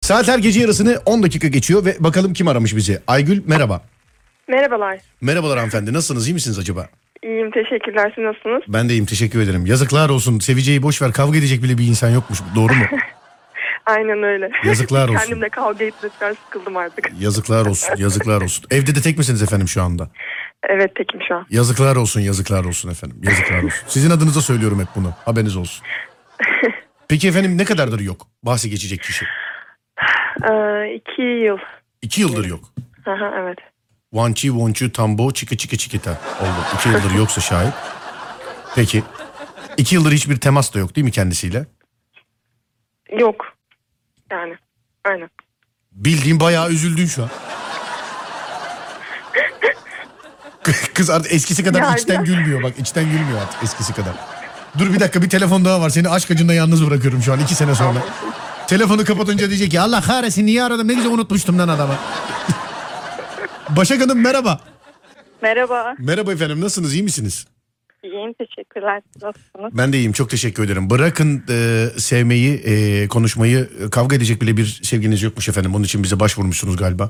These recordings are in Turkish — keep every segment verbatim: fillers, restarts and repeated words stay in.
Saat her gece yarısını on dakika geçiyor ve bakalım kim aramış bizi. Aygül merhaba. Merhabalar. Merhabalar hanımefendi, nasılsınız, iyi misiniz acaba? İyiyim, teşekkürler. Siz nasılsınız? Ben de iyiyim, teşekkür ederim. Yazıklar olsun, seveceği boş ver, kavga edecek bile bir insan yokmuş, doğru mu? Aynen öyle. Yazıklar olsun. Kendimle kavga etmekten sıkıldım artık. Yazıklar olsun, yazıklar olsun. Evde de tek misiniz efendim şu anda? Evet, tekim şu an. Yazıklar olsun, yazıklar olsun efendim, yazıklar olsun. Sizin adınıza söylüyorum hep bunu, haberiniz olsun. Peki efendim, ne kadardır yok bahsi geçecek kişi? Ee, iki yıl. İki yıldır yok. Aha, evet. Vançi vonçu tambo çiki çiki çikita oldu. İki yıldır yoksa şayet. Peki. İki yıldır hiçbir temas da yok değil mi kendisiyle? Yok. Yani. Aynen. Bildiğin bayağı üzüldün şu an. Kız artık eskisi kadar Ya, içten ya. gülmüyor, bak içten gülmüyor artık eskisi kadar. Dur bir dakika, bir telefon daha var, seni aşk acında yalnız bırakıyorum şu an iki sene sonra. Telefonu kapatınca diyecek ki Allah kahretsin niye aradım, ne güzel unutmuştum lan adamı. Başak Hanım merhaba. Merhaba. Merhaba efendim, nasılsınız, iyi misiniz? İyiyim, teşekkürler. Nasılsınız? Ben de iyiyim, çok teşekkür ederim. Bırakın e, sevmeyi, e, konuşmayı, e, kavga edecek bile bir sevginiz yokmuş efendim. Onun için bize başvurmuşsunuz galiba.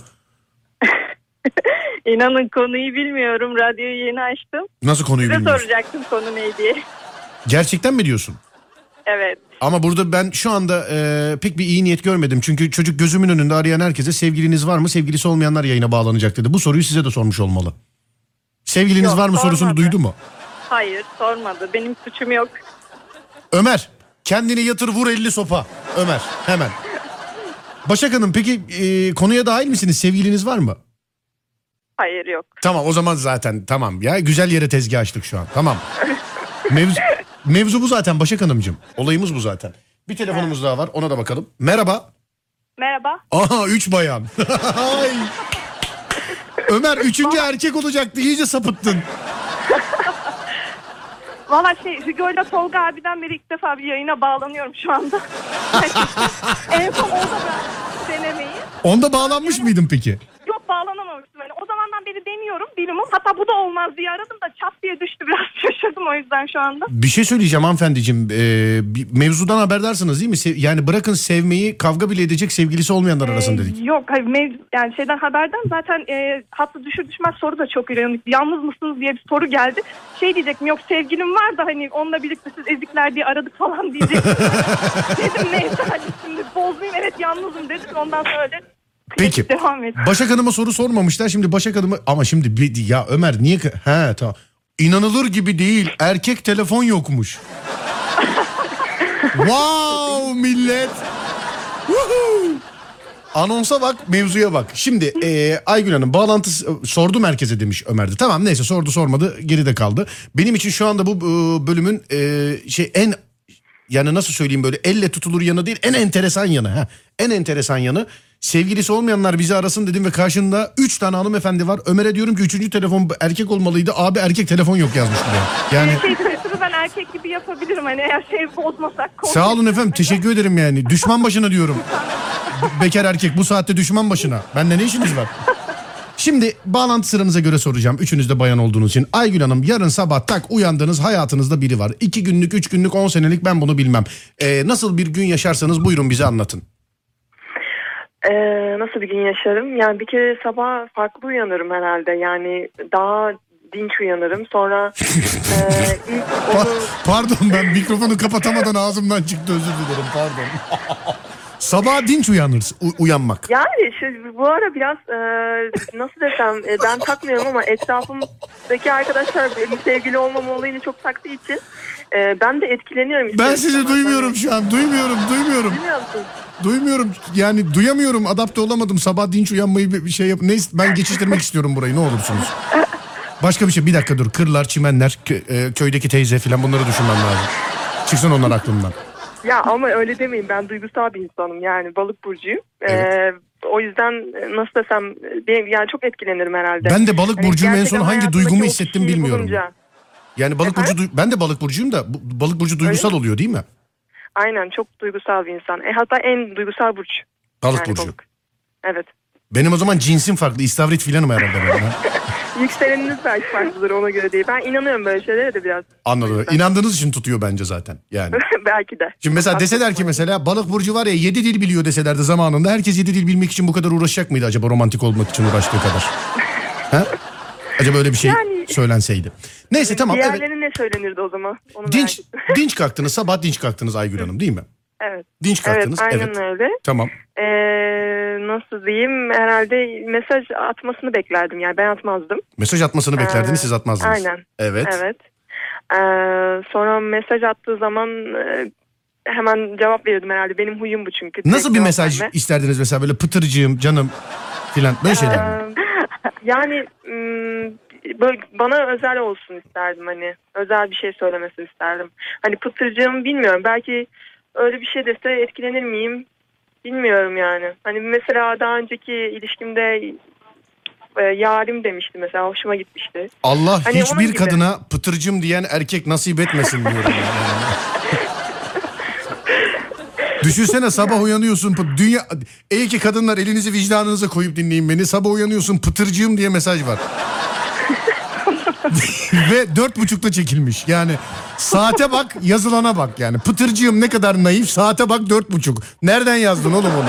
İnanın konuyu bilmiyorum. Radyoyu yeni açtım. Nasıl konuyu Size bilmiyorsun? soracaktım konu ne diye. Gerçekten mi diyorsun? Evet. Ama burada ben şu anda e, pek bir iyi niyet görmedim. Çünkü çocuk gözümün önünde arayan herkese sevgiliniz var mı? Sevgilisi olmayanlar yayına bağlanacak dedi. Bu soruyu size de sormuş olmalı. Sevgiliniz Yok, var mı sorusunu sormadı. duydu mu? Hayır, sormadı. Benim suçum yok. Ömer, kendini yatır vur elli sopa. Ömer, hemen. Başak Hanım peki e, konuya dahil misiniz? Sevgiliniz var mı? Hayır, yok. Tamam o zaman zaten tamam ya, güzel yere tezgah açtık şu an, tamam. Mevzu, mevzu bu zaten Başak Hanımcığım. Olayımız bu zaten. Bir telefonumuz daha var, ona da bakalım. Merhaba. Merhaba. Aha üç bayan. Ay. Ömer üçüncü erkek olacaktı, iyice sapıttın. Valla şey, Hugo ile Tolga abiden beri ilk defa bir yayına bağlanıyorum şu anda. En son orada bıraktım denemeyi. Onda bağlanmış mıydın peki? Yok, bağlanamamıştım. Yani o zamandan beri deniyorum bilimim. Hatta bu da olmaz diye aradım da çat diye düştü, biraz şaşırdım o yüzden şu anda. Bir şey söyleyeceğim hanımefendiciğim. Ee, bir mevzudan haberdarsınız değil mi? Se- yani bırakın sevmeyi, kavga bile edecek sevgilisi olmayanlar arasın dedik. Ee, yok hayır, mev- yani şeyden haberden zaten e, hatta düşür düşmez soru da çok ironik. Yalnız mısınız diye bir soru geldi. Şey diyecektim, yok sevgilim var da hani onunla birlikte siz ezikler diye aradık falan diyecektim. Dedim neyse hadi şimdi bozmayayım, evet yalnızım dedim, ondan sonra öyle. Peki. Devam et. Başak Hanım'a soru sormamışlar. Şimdi Başak Hanım'a ama şimdi bir- ya Ömer niye ki- he tamam. İnanılır gibi değil. Erkek telefon yokmuş. Wow millet. Woohoo! Anonsa bak, mevzuya bak. Şimdi e, Aygül Hanım bağlantısı sordu merkeze demiş Ömer de. Tamam neyse, sordu sormadı geride kaldı. Benim için şu anda bu e, bölümün e, şey en yani nasıl söyleyeyim, böyle elle tutulur yanı değil, en enteresan yanı. Ha. En enteresan yanı, sevgilisi olmayanlar bizi arasın dedim ve karşında üç tane hanımefendi var. Ömer'e diyorum ki üçüncü telefon erkek olmalıydı. Abi erkek telefon yok yazmış buraya. Yani Şey sesini ben erkek gibi yapabilirim hani, eğer şey bozmasak. sağ olun efendim, teşekkür ederim yani. Düşman başına diyorum. Bekar erkek bu saatte düşman başına. Bende ne işiniz var? Şimdi bağlantı sıranıza göre soracağım. Üçünüz de bayan olduğunuz için. Aygül Hanım, yarın sabah tak uyandınız, hayatınızda biri var. İki günlük, üç günlük, on senelik, ben bunu bilmem. Ee, nasıl bir gün yaşarsanız buyurun bize anlatın. Ee, nasıl bir gün yaşarım? Yani bir kere sabah farklı uyanırım herhalde. Yani daha dinç uyanırım. Sonra e, ilk onu... Pa- pardon, ben mikrofonu kapatamadan ağzımdan çıktı, özür dilerim, pardon. Sabah dinç uyanırız, u- uyanmak. Yani şu, bu ara biraz e, nasıl desem e, ben takmıyorum ama etrafımdaki arkadaşlar benim sevgili olmama olayını çok taktığı için e, ben de etkileniyorum. Ben ister sizi istemez. duymuyorum şu an, duymuyorum, duymuyorum. Duymuyor musun? Duymuyorum yani, duyamıyorum, adapte olamadım. Sabah dinç uyanmayı bir bir şey yap. Neyse, ben geçiştirmek istiyorum burayı, ne olursunuz. Başka bir şey, bir dakika dur. Kırlar, çimenler, kö- e, köydeki teyze falan, bunları düşünmem lazım. Çıksın onlar aklımdan. Ya ama öyle demeyin, ben duygusal bir insanım yani, balık burcuyum. Evet. Ee, o yüzden nasıl desem benim, yani çok etkilenirim herhalde. Ben de balık Hani burcuyum, en gerçekten son hangi hayatımdaki duygumu o hissettim kişiyi bilmiyorum. bulunca. Yani balık Efendim? burcu, ben de balık burcuyum da bu- balık burcu duygusal Öyle mi? oluyor değil mi? Aynen, çok duygusal bir insan. E, hatta en duygusal burç. Balık Yani burcu. balık. Evet. Benim o zaman cinsim farklı, istavrit filanım herhalde ben. ha? Yükseleniniz belki farklıdır ona göre değil. Ben inanıyorum böyle şeylere de biraz. Anladım. İnandığınız için tutuyor bence zaten yani. Belki de. Şimdi mesela deseler ki mesela balık burcu var ya yedi dil biliyor deselerdi zamanında herkes yedi dil bilmek için bu kadar uğraşacak mıydı acaba romantik olmak için uğraştığı kadar? Ha? Acaba öyle bir şey Yani- söylenseydi. Neyse tamam evet. Diğerlerine ne söylenirdi o zaman? Onu merak Dinç, ettim. dinç kalktınız sabah dinç kalktınız Aygül Hanım değil mi? Evet. Dinç kalktınız Evet, aynen evet. öyle. Tamam. Ee, nasıl diyeyim? Herhalde mesaj atmasını beklerdim. Yani ben atmazdım. Mesaj atmasını beklerdiniz Ee, siz atmazdınız. Aynen. Evet. Evet. Ee, sonra mesaj attığı zaman e, hemen cevap verirdim herhalde. Benim huyum bu çünkü. Nasıl Direkt bir cevap mesaj verme. isterdiniz mesela böyle pıtırcığım canım filan böyle şeyler mi? Ee, yani mm, böyle bana özel olsun isterdim hani. Özel bir şey söylemesini isterdim. Hani pıtırcığım bilmiyorum. Belki öyle bir şey dese etkilenir miyim? Bilmiyorum yani. Hani mesela daha önceki ilişkimde e, yarim demişti mesela. Hoşuma gitmişti. Allah Hani onun hiçbir gibi. kadına pıtırcım diyen erkek nasip etmesin diyorum. Yani. Düşünsene sabah uyanıyorsun pı- dünya iyi ki kadınlar elinizi vicdanınıza koyup dinleyin beni. Sabah uyanıyorsun pıtırcığım diye mesaj var. Ve dört buçukta çekilmiş. Yani saate bak yazılana bak yani. Pıtırcığım ne kadar naif saate bak dört buçuk. Nereden yazdın oğlum onu?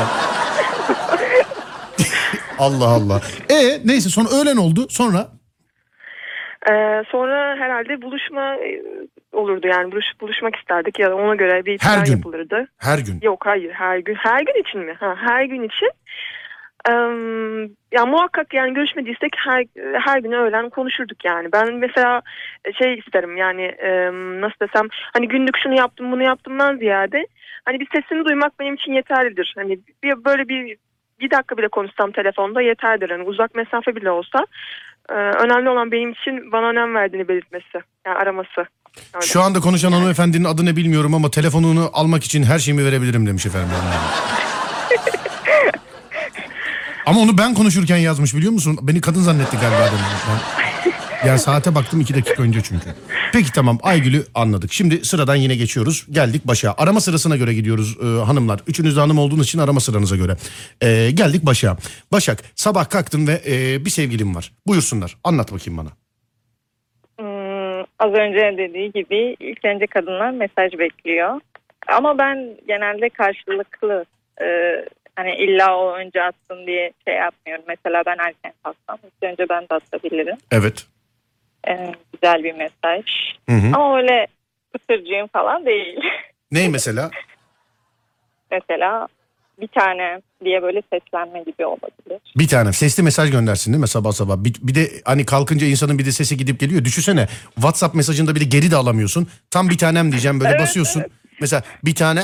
Allah Allah. E neyse sonra öğlen oldu sonra. Ee, sonra herhalde buluşma e, olurdu yani. Buluş, buluşmak isterdik ya da ona göre bir Her plan gün. yapılırdı. Her gün. Yok hayır her gün. Her gün için mi? Ha, her gün için. Ee, ya muhakkak yani görüşmediysek her her gün öğlen konuşurduk yani. Ben mesela şey isterim yani e, nasıl desem hani günlük şunu yaptım bunu yaptımdan ziyade hani bir sesini duymak benim için yeterlidir. Hani bir böyle bir bir dakika bile konuşsam telefonda yeterdir. Hani uzak mesafe bile olsa e, önemli olan benim için bana önem verdiğini belirtmesi. Yani araması. Öyle. Şu anda konuşan hanımefendinin adını bilmiyorum ama telefonunu almak için her şeyimi verebilirim demiş efendim. Ama onu ben konuşurken yazmış biliyor musun? Beni kadın zannetti galiba. dedim. Ben, yani saate baktım iki dakika önce çünkü. Peki tamam Aygül'ü anladık. Şimdi sıradan yine geçiyoruz. Geldik Başak'a. Arama sırasına göre gidiyoruz e, hanımlar. Üçünüz de hanım olduğunuz için arama sıranıza göre. E, geldik Başak'a. Başak sabah kalktın ve e, bir sevgilin var. Buyursunlar anlat bakayım bana. Hmm, az önce dediği gibi ilk önce kadınlar mesaj bekliyor. Ama ben genelde karşılıklı e, hani illa o önce atsın diye şey yapmıyorum. Mesela ben erken kalksam ilk önce ben de atabilirim. Evet. E, güzel bir mesaj. Hı hı. Ama öyle pıtırcığım falan değil. Ney mesela? Mesela bir tane diye böyle seslenme gibi olabilir. Bir tane sesli mesaj göndersin değil mi sabah sabah? Bir, bir de hani kalkınca insanın bir de sesi gidip geliyor. Düşünsene WhatsApp mesajında bir de geri de alamıyorsun. Tam bir tanem diyeceğim böyle Evet, basıyorsun. Mesela bir tane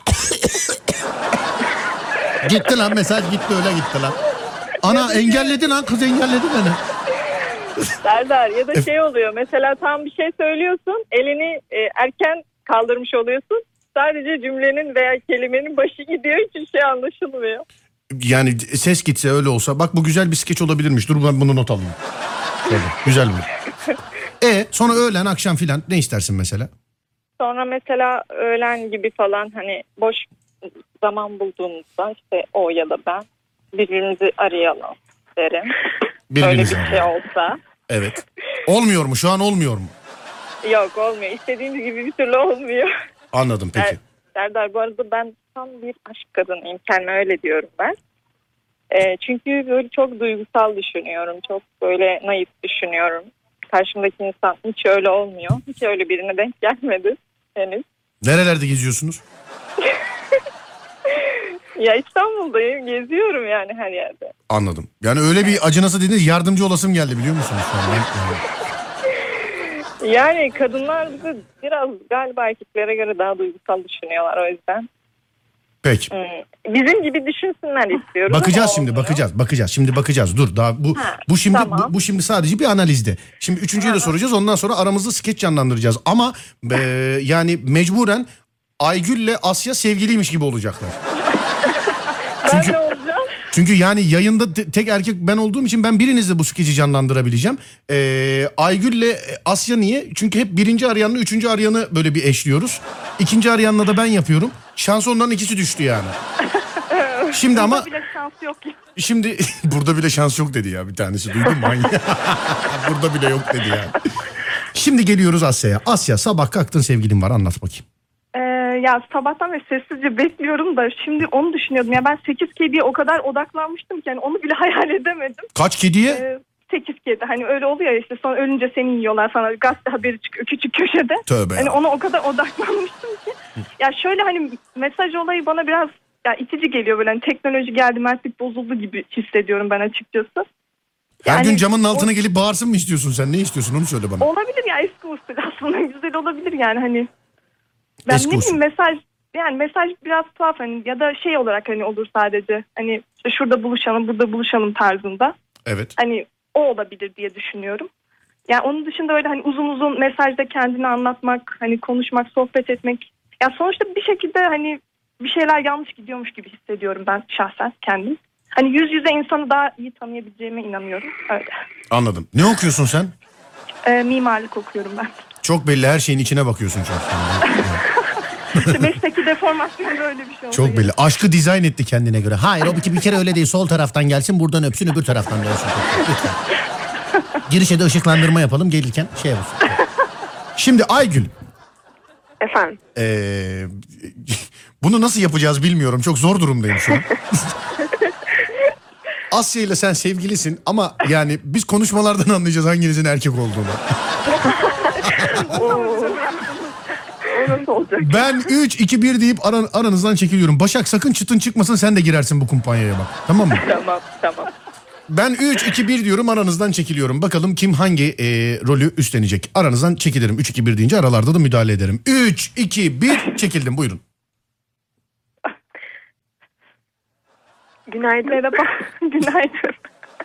gitti lan mesaj gitti öyle gitti lan. Ana engelledi lan kız engelledi beni. Serdar ya da şey oluyor mesela tam bir şey söylüyorsun elini e, erken kaldırmış oluyorsun. Sadece cümlenin veya kelimenin başı gidiyor hiçbir şey anlaşılmıyor. Yani ses gitse öyle olsa bak bu güzel bir skeç olabilirmiş. Dur ben bunu not alayım. Şöyle, güzel mi? E sonra öğlen akşam filan ne istersin mesela? Sonra mesela öğlen gibi falan hani boş zaman bulduğumuzda işte o ya da ben birbirimizi arayalım derim. Öyle bir Birbirinizi şey arayalım. olsa. Evet. Olmuyor mu şu an olmuyor mu? Yok olmuyor. İstediğimiz gibi bir türlü olmuyor. Anladım peki. Er- Serdar bu arada ben tam bir aşk kadınıyım. Kendime öyle diyorum ben. E, çünkü böyle çok duygusal düşünüyorum. Çok böyle naif düşünüyorum. Karşımdaki insan hiç öyle olmuyor. Hiç öyle birine denk gelmedi henüz. Nerelerde geziyorsunuz? Ya İstanbul'dayım. Geziyorum yani her yerde. Anladım. Yani öyle bir acınası dediniz yardımcı olasım geldi biliyor musunuz şu an? Ben- yani. Yani kadınlar bize biraz galiba erkeklere göre daha duygusal düşünüyorlar o yüzden. Peki. Hmm. Bizim gibi düşünsünler istiyorum. Bakacağız ama şimdi olmuyor. bakacağız bakacağız şimdi bakacağız dur daha bu Ha, bu şimdi tamam. bu, bu şimdi sadece bir analizde. Şimdi üçüncüye de soracağız ondan sonra aramızda skeç canlandıracağız ama e, yani mecburen Aygül'le Asya sevgiliymiş gibi olacaklar. Ben Çünkü- de olacağım. Çünkü yani yayında te- tek erkek ben olduğum için ben birinizle bu skeci canlandırabileceğim. Ee, Aygül'le Asya niye? Çünkü hep birinci arayanla üçüncü arayanı böyle bir eşliyoruz. İkinci arayanla da ben yapıyorum. Şans onların ikisi düştü yani. Şimdi ama Bile şans yok ya. Şimdi burada bile şans yok dedi ya bir tanesi. Duydun mu? Burada bile yok dedi yani. Şimdi geliyoruz Asya'ya. Asya, sabah kalktın, sevgilin var, anlat bakayım. Ee, ya sabahtan beri sessizce bekliyorum da şimdi onu düşünüyordum. Ya ben sekiz kediye o kadar odaklanmıştım ki yani onu bile hayal edemedim. Kaç kediye? Ee, sekiz kedi. Hani öyle oluyor ya işte, sonra ölünce seni yiyorlar, sana gazete haberi çıkıyor küçük köşede. Tövbe Hani ya. ona o kadar odaklanmıştım ki. Ya şöyle hani mesaj olayı bana biraz ya itici geliyor, böyle hani teknoloji geldi, mertlik bozuldu gibi hissediyorum ben açıkçası. Her Yani gün camının o- altına gelip bağırsın mı istiyorsun sen? Ne istiyorsun onu söyle bana. Olabilir ya, eski usul aslında güzel olabilir yani hani. Ben Eski ne usul. bileyim, mesaj yani mesaj biraz tuhaf hani, ya da şey olarak hani olur sadece hani işte şurada buluşalım, burada buluşalım tarzında. Evet. Hani o olabilir diye düşünüyorum. Yani onun dışında öyle hani uzun uzun mesajda kendini anlatmak, hani konuşmak, sohbet etmek. Ya sonuçta bir şekilde hani bir şeyler yanlış gidiyormuş gibi hissediyorum ben şahsen kendim. Hani yüz yüze insanı daha iyi tanıyabileceğime inanıyorum. Öyle. Anladım. Ne okuyorsun sen? Ee, mimarlık okuyorum ben. Çok belli, her şeyin içine bakıyorsun çok. İşte mesleki deformasyon böyle bir şey oldu. Çok belli. Aşkı dizayn etti kendine göre. Hayır, o bir, bir kere öyle değil. Sol taraftan gelsin, buradan öpsün, öbür taraftan dönsün. Lütfen. Girişe de ışıklandırma yapalım, gelirken şey yapalım. Şimdi Aygül. Efendim. Ee, bunu nasıl yapacağız bilmiyorum. Çok zor durumdayım şu an. Asya ile sen sevgilisin ama yani biz konuşmalardan anlayacağız hanginizin erkek olduğunu. O nasıl olacak? Ben üç iki bir deyip aran, aranızdan çekiliyorum. Başak, sakın çıtın çıkmasın, sen de girersin bu kumpanyaya bak. Tamam mı? Tamam tamam. Ben üç iki bir diyorum, aranızdan çekiliyorum. Bakalım kim hangi e, rolü üstlenecek. Aranızdan çekilirim. üç iki bir deyince aralarda da müdahale ederim. üç iki bir çekildim, buyurun. Günaydın. Merhaba. Günaydın.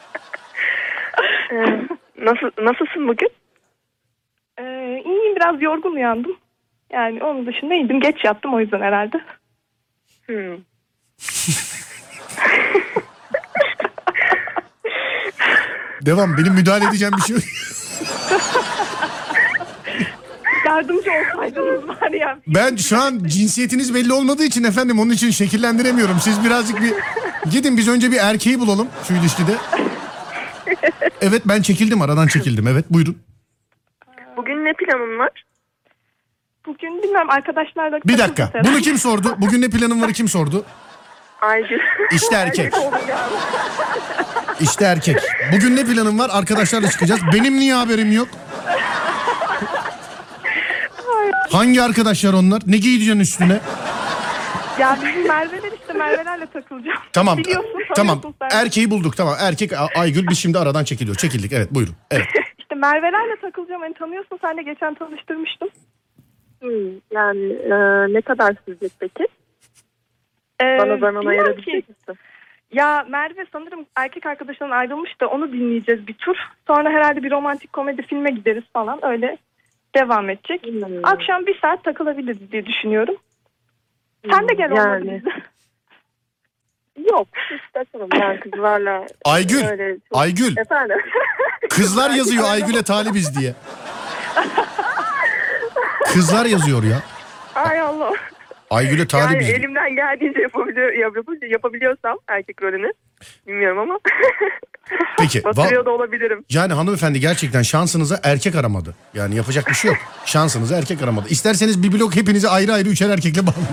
Ee, nasıl nasılsın bugün? Ee, iyiyim, biraz yorgun uyandım. Yani onun dışında iyiydim. Geç yattım o yüzden herhalde. Hmm. Devam, benim müdahale edeceğim bir şey yok. Yardımcı olsaydınız var ya. Ben şu an cinsiyetiniz belli olmadığı için efendim onun için şekillendiremiyorum. Siz birazcık bir gidin, biz önce bir erkeği bulalım şu ilişkide. Evet, ben çekildim, aradan çekildim. Evet, buyurun. Bugün ne planın var? Bugün bilmem, arkadaşlarla... Bir dakika, bunu kim sordu? Bugün ne planın varı kim sordu? Aygül. İşte erkek. İşte erkek. Bugün ne planın var? Arkadaşlarla çıkacağız. Benim niye haberim yok? Hangi arkadaşlar onlar? Ne giyeceksin üstüne? Ya bizim Merve'ler işte, Merve'lerle takılacağım. Tamam. Biliyorsun, Tamam. tanıyorsun sen. Erkeği bulduk. Tamam. Erkek A- Aygül, biz şimdi aradan çekiliyor. Çekildik. Evet, buyurun. Evet. İşte Merve'lerle takılacağım. Hani tanıyorsun, sen de geçen tanıştırmıştım. Hmm, yani e, ne kadar sürecek peki? Ee, Bana zaman bilmem ayırabilecek ki. misin? Ya Merve sanırım erkek arkadaşından ayrılmış da onu dinleyeceğiz bir tur. Sonra herhalde bir romantik komedi filme gideriz falan, öyle devam edecek. Hmm. Akşam bir saat takılabiliriz diye düşünüyorum. Sen de gel Yani. olmadı bize. Yok. İstedim yani kızlarla. Aygül. Öyle çok... Aygül. Efendim. Kızlar yazıyor Aygül'e talibiz diye. Kızlar yazıyor ya. Ay Allah. Aygül'e Yani talibiz diye. elimden geldiğince yapabiliyor, yapabiliyor, yapabiliyorsam erkek rolünü. Bilmiyorum ama. Peki. Batırıyor va- da olabilirim. Yani hanımefendi gerçekten şansınıza erkek aramadı. Yani yapacak bir şey yok. Şansınıza erkek aramadı. İsterseniz bir blok hepinizi ayrı ayrı üçer erkekle bağlayın.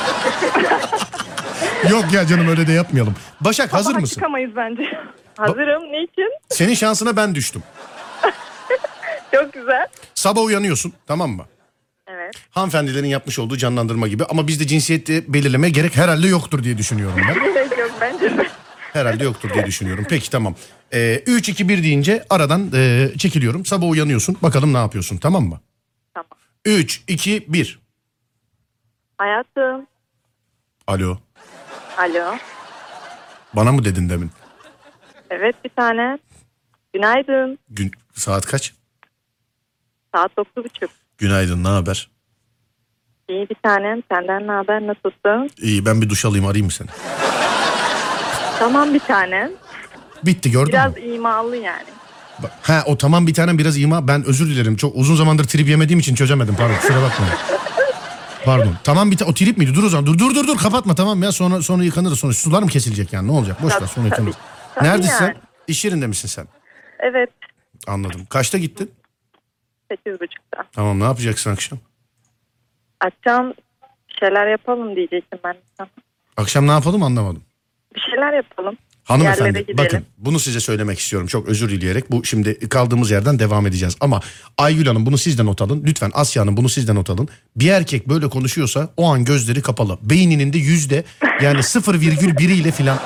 Yok ya canım, öyle de yapmayalım. Başak, hazır Sabaha mısın? çıkamayız bence. Hazırım. Niçin? Senin şansına ben düştüm. Çok güzel. Sabah uyanıyorsun, tamam mı? Evet. Hanımefendilerin yapmış olduğu canlandırma gibi, ama bizde cinsiyeti belirleme gerek herhalde yoktur diye düşünüyorum ben. Gerek yok bence de. Herhalde yoktur diye düşünüyorum. Peki, tamam. Ee, üç iki bir deyince aradan e, çekiliyorum. Sabah uyanıyorsun. Bakalım ne yapıyorsun, tamam mı? Tamam. üç iki bir. Hayatım. Alo. Alo. Bana mı dedin demin? Evet, bir tane. Günaydın. Gün, saat kaç? Saat dokuz buçuk. Günaydın, ne haber? İyi bir tanem. Senden ne haber? Nasılsın? İyi, ben bir duş alayım, arayayım mı seni? Tamam bir tanem. Bitti, gördün Biraz mü? imalı yani. Bak, ha, o tamam bir tane biraz ima. Ben özür dilerim. Çok uzun zamandır trip yemediğim için çözemedim. Pardon, kusura bakmayın. Pardon. Tamam bir ta- o trip miydi? Dur o zaman. Dur dur dur dur kapatma tamam ya. Sonra sonra yıkanırız. Sonra sular mı kesilecek yani? Ne olacak? Boş ver Tabii, sonra yıkanırız. tabii Neredesin sen? yani. İş yerinde misin sen? Evet. Anladım. Kaçta gittin? Sekiz buçukta. Tamam ne yapacaksın akşam? Akşam bir şeyler yapalım diyecektim ben sana. Akşam ne yapalım anlamadım. Bir şeyler yapalım. Yerlere Hanımefendi gidelim. bakın bunu size söylemek istiyorum çok özür dileyerek. Bu şimdi kaldığımız yerden devam edeceğiz. Ama Aygül Hanım bunu siz de not alın. Lütfen Asya Hanım bunu siz de not alın. Bir erkek böyle konuşuyorsa o an gözleri kapalı. Beyninin de yüzde yani sıfır virgül biriyle filan.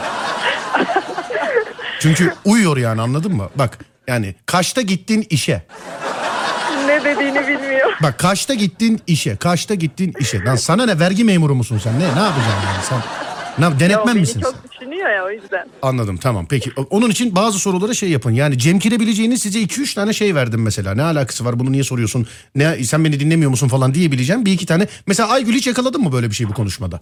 Çünkü uyuyor yani anladın mı? Bak yani kaçta gittin işe? Ne dediğini bilmiyor. Bak kaçta gittin işe? Kaçta gittin işe? Lan sana ne vergi memuru musun sen? Ne ne yapacaksın yani sen? Ne, denetmen beni misin sen? çok düşünüyor ya o yüzden. Anladım tamam peki onun için bazı sorulara şey yapın yani cemkirebileceğiniz size iki üç tane şey verdim mesela ne alakası var bunu niye soruyorsun ne sen beni dinlemiyor musun falan diyebileceğim bir iki tane mesela Aygül hiç yakaladın mı böyle bir şey bu konuşmada?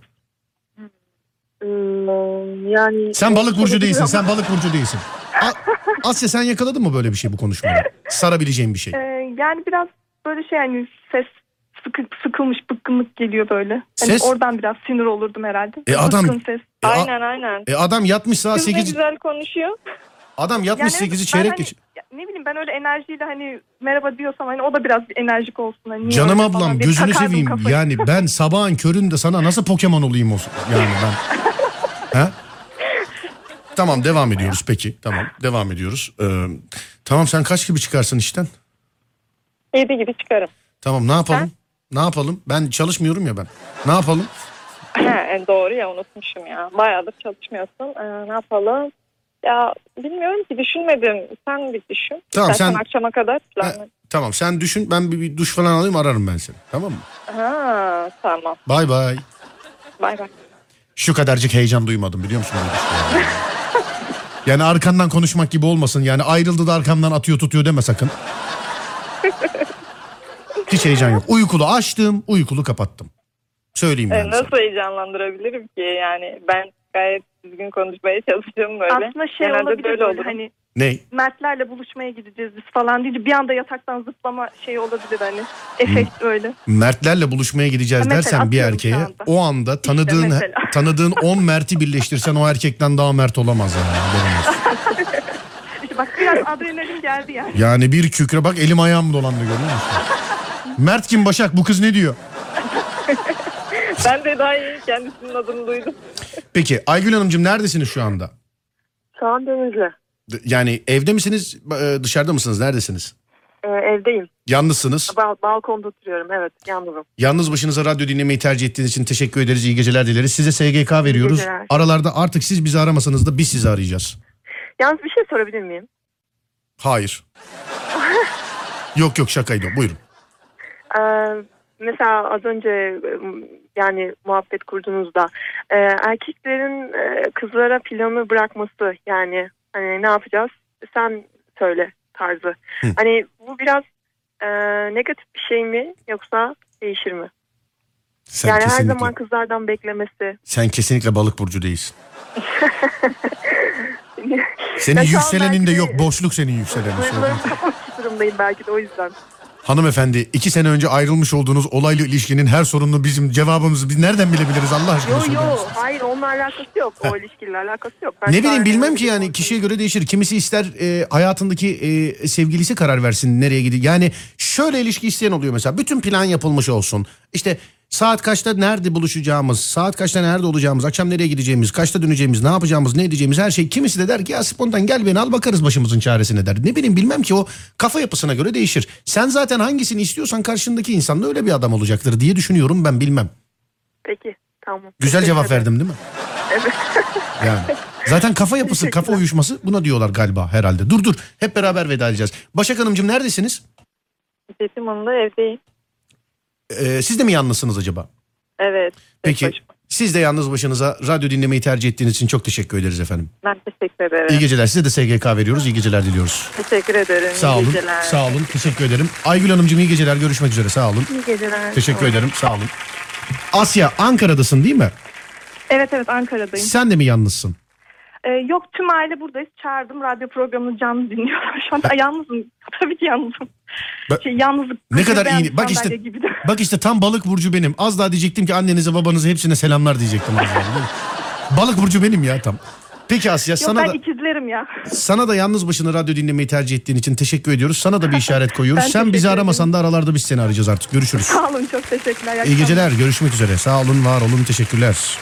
Hmm, yani Sen balık burcu değilsin sen balık burcu değilsin. A- Asya sen yakaladın mı böyle bir şey bu konuşmada sarabileceğin bir şey? Ee, yani biraz böyle şey yani ses sıkı, sıkılmış bıkkınlık geliyor böyle. Hani Ses? oradan biraz sinir olurdum herhalde. E, adam- Bıkkın ses. E, a- Aynen aynen. e adam yatmış saat Kız ne sekiz güzel konuşuyor. adam yatmış Yani sekizi ben çeyrek hani- geç. ya ne bileyim ben öyle enerjiyle hani merhaba diyorsam hani o da biraz bir enerjik olsun. Hani niye Canım öyle falan ablam diye gözünü takardım seveyim kafayı. yani ben sabahın köründe sana nasıl Pokemon olayım olsun yani ben. He? Tamam devam ediyoruz peki tamam devam ediyoruz. Ee, tamam sen kaç gibi çıkarsın işten? Yedi gibi çıkarım. Tamam ne yapalım? Ne yapalım? Ben çalışmıyorum ya ben. Ne yapalım? He, e, doğru ya unutmuşum ya. Bayağıdır çalışmıyorsun. Ee, ne yapalım? Ya bilmiyorum ki düşünmedim. Sen bir düşün. Tamam, İstersen sen- akşama kadar Ha, planla. tamam sen düşün ben bir, bir duş falan alayım ararım ben seni. Tamam mı? Ha, tamam. Bay bay. Bay bay. Şu kadarcık heyecan duymadım biliyor musun? öyle bir şey? Yani arkandan konuşmak gibi olmasın. Yani ayrıldı da arkamdan atıyor tutuyor deme sakın. Hiç heyecan yok. Uykulu açtım, uykulu kapattım. Söyleyeyim Ee, yani sana. nasıl heyecanlandırabilirim ki? Yani ben gayet düzgün konuşmaya çalışıyorum böyle. Aslında şey Genelde olabilir böyle böyle olurum. hani Ne? Mertlerle buluşmaya gideceğiz biz falan deyince bir anda yataktan zıplama şey olabilir hani. Efekt öyle. Mertlerle buluşmaya gideceğiz Ha, mesela dersen bir atıyorum erkeğe şu anda. o anda tanıdığın mesela. tanıdığın on Mert'i birleştirsen o erkekten daha Mert olamaz yani. haberin olsun. İşte bak biraz adrenalin geldi yani. Yani bir kükre bak elim ayağım dolandı görüyor musun? Mert kim Başak bu kız ne diyor? Ben de daha iyi kendisinin adını duydum. Peki Aygül Hanımcığım neredesiniz şu anda? Şu an Denizli. D- Yani evde misiniz e, dışarıda mısınız neredesiniz? Ee, evdeyim. Yalnızsınız. Bal- balkonda oturuyorum. Evet, yalnızım. Yalnız başınıza radyo dinlemeyi tercih ettiğiniz için teşekkür ederiz. İyi geceler dileriz. Size S G K veriyoruz. geceler. Aralarda artık siz bizi aramasanız da biz sizi arayacağız. Yalnız bir şey sorabilir miyim? Hayır. Yok yok şakaydı o. Buyurun. Ee, mesela az önce e, yani muhabbet kurduğunuzda e, erkeklerin e, kızlara planı bırakması yani hani ne yapacağız sen söyle tarzı. Hı. Hani bu biraz e, negatif bir şey mi yoksa değişir mi? Sen yani her kesinlikle, zaman kızlardan beklemesi. sen kesinlikle balık burcu değilsin. Senin Ya şu an yükselenin de belki yok. Boşluk senin yükselenin. Duygularımı kapatmış durumdayım belki de o yüzden. Hanımefendi iki sene önce ayrılmış olduğunuz olaylı ilişkinin her sorununu bizim cevabımızı biz nereden bilebiliriz Allah aşkına Yo söyler yo misiniz? hayır onunla alakası yok. O ilişkiyle alakası yok. Ben Ne bileyim sadece- bilmem ki yani kişiye göre değişir. Kimisi ister e, hayatındaki e, sevgilisi karar versin nereye gidiyor. Yani şöyle ilişki isteyen oluyor mesela. Bütün plan yapılmış olsun. İşte saat kaçta nerede buluşacağımız, saat kaçta nerede olacağımız, akşam nereye gideceğimiz, kaçta döneceğimiz, ne yapacağımız, ne edeceğimiz her şey. Kimisi de der ki ya spontan gel beni al bakarız başımızın çaresine der. Ne bileyim bilmem ki o kafa yapısına göre değişir. Sen zaten hangisini istiyorsan karşındaki insan da öyle bir adam olacaktır diye düşünüyorum ben bilmem. Peki tamam. Güzel Teşekkür cevap ederim. verdim değil mi? Evet. Yani zaten kafa yapısı, kafa uyuşması buna diyorlar galiba herhalde. Dur dur hep beraber veda edeceğiz. Başak Hanımcığım neredesiniz? Sesim onunla evdeyim. Ee, siz de mi yalnızsınız acaba? Evet. tek Peki başıma. siz de yalnız başınıza radyo dinlemeyi tercih ettiğiniz için çok teşekkür ederiz efendim. Ben teşekkür ederim. İyi geceler. Size de S G K veriyoruz. İyi geceler diliyoruz. Teşekkür ederim. Sağ İyi olun. geceler. Sağ olun. Teşekkür ederim. Aygül Hanımcığım iyi geceler. Görüşmek üzere. Sağ olun. İyi geceler. Teşekkür ederim. Sağ olun. Asya Ankara'dasın değil mi? Evet evet Ankara'dayım. Sen de mi yalnızsın? Ee, yok tüm aile buradayız. Çağırdım radyo programını canlı dinliyorum. Şu an yalnızım. Tabii ki yalnızım. Ben- Şey, yalnızlık. Ne kadar kırılgan iyi- bak işte- sandalye gibi de. Bak işte tam balık burcu benim. Az daha diyecektim ki annenize babanıza hepsine selamlar diyecektim. Az daha, değil mi? Balık burcu benim ya tam. Peki Asya Yok sana ben da ikizlerim ya. sana da yalnız başına radyo dinlemeyi tercih ettiğin için teşekkür ediyoruz. Sana da bir işaret koyuyoruz. Ben Sen bizi teşekkür aramasan da aralarda biz seni arayacağız artık. Görüşürüz. Sağ olun, çok teşekkürler. İyi geceler. Görüşmek üzere. Sağ olun, var olun. Teşekkürler.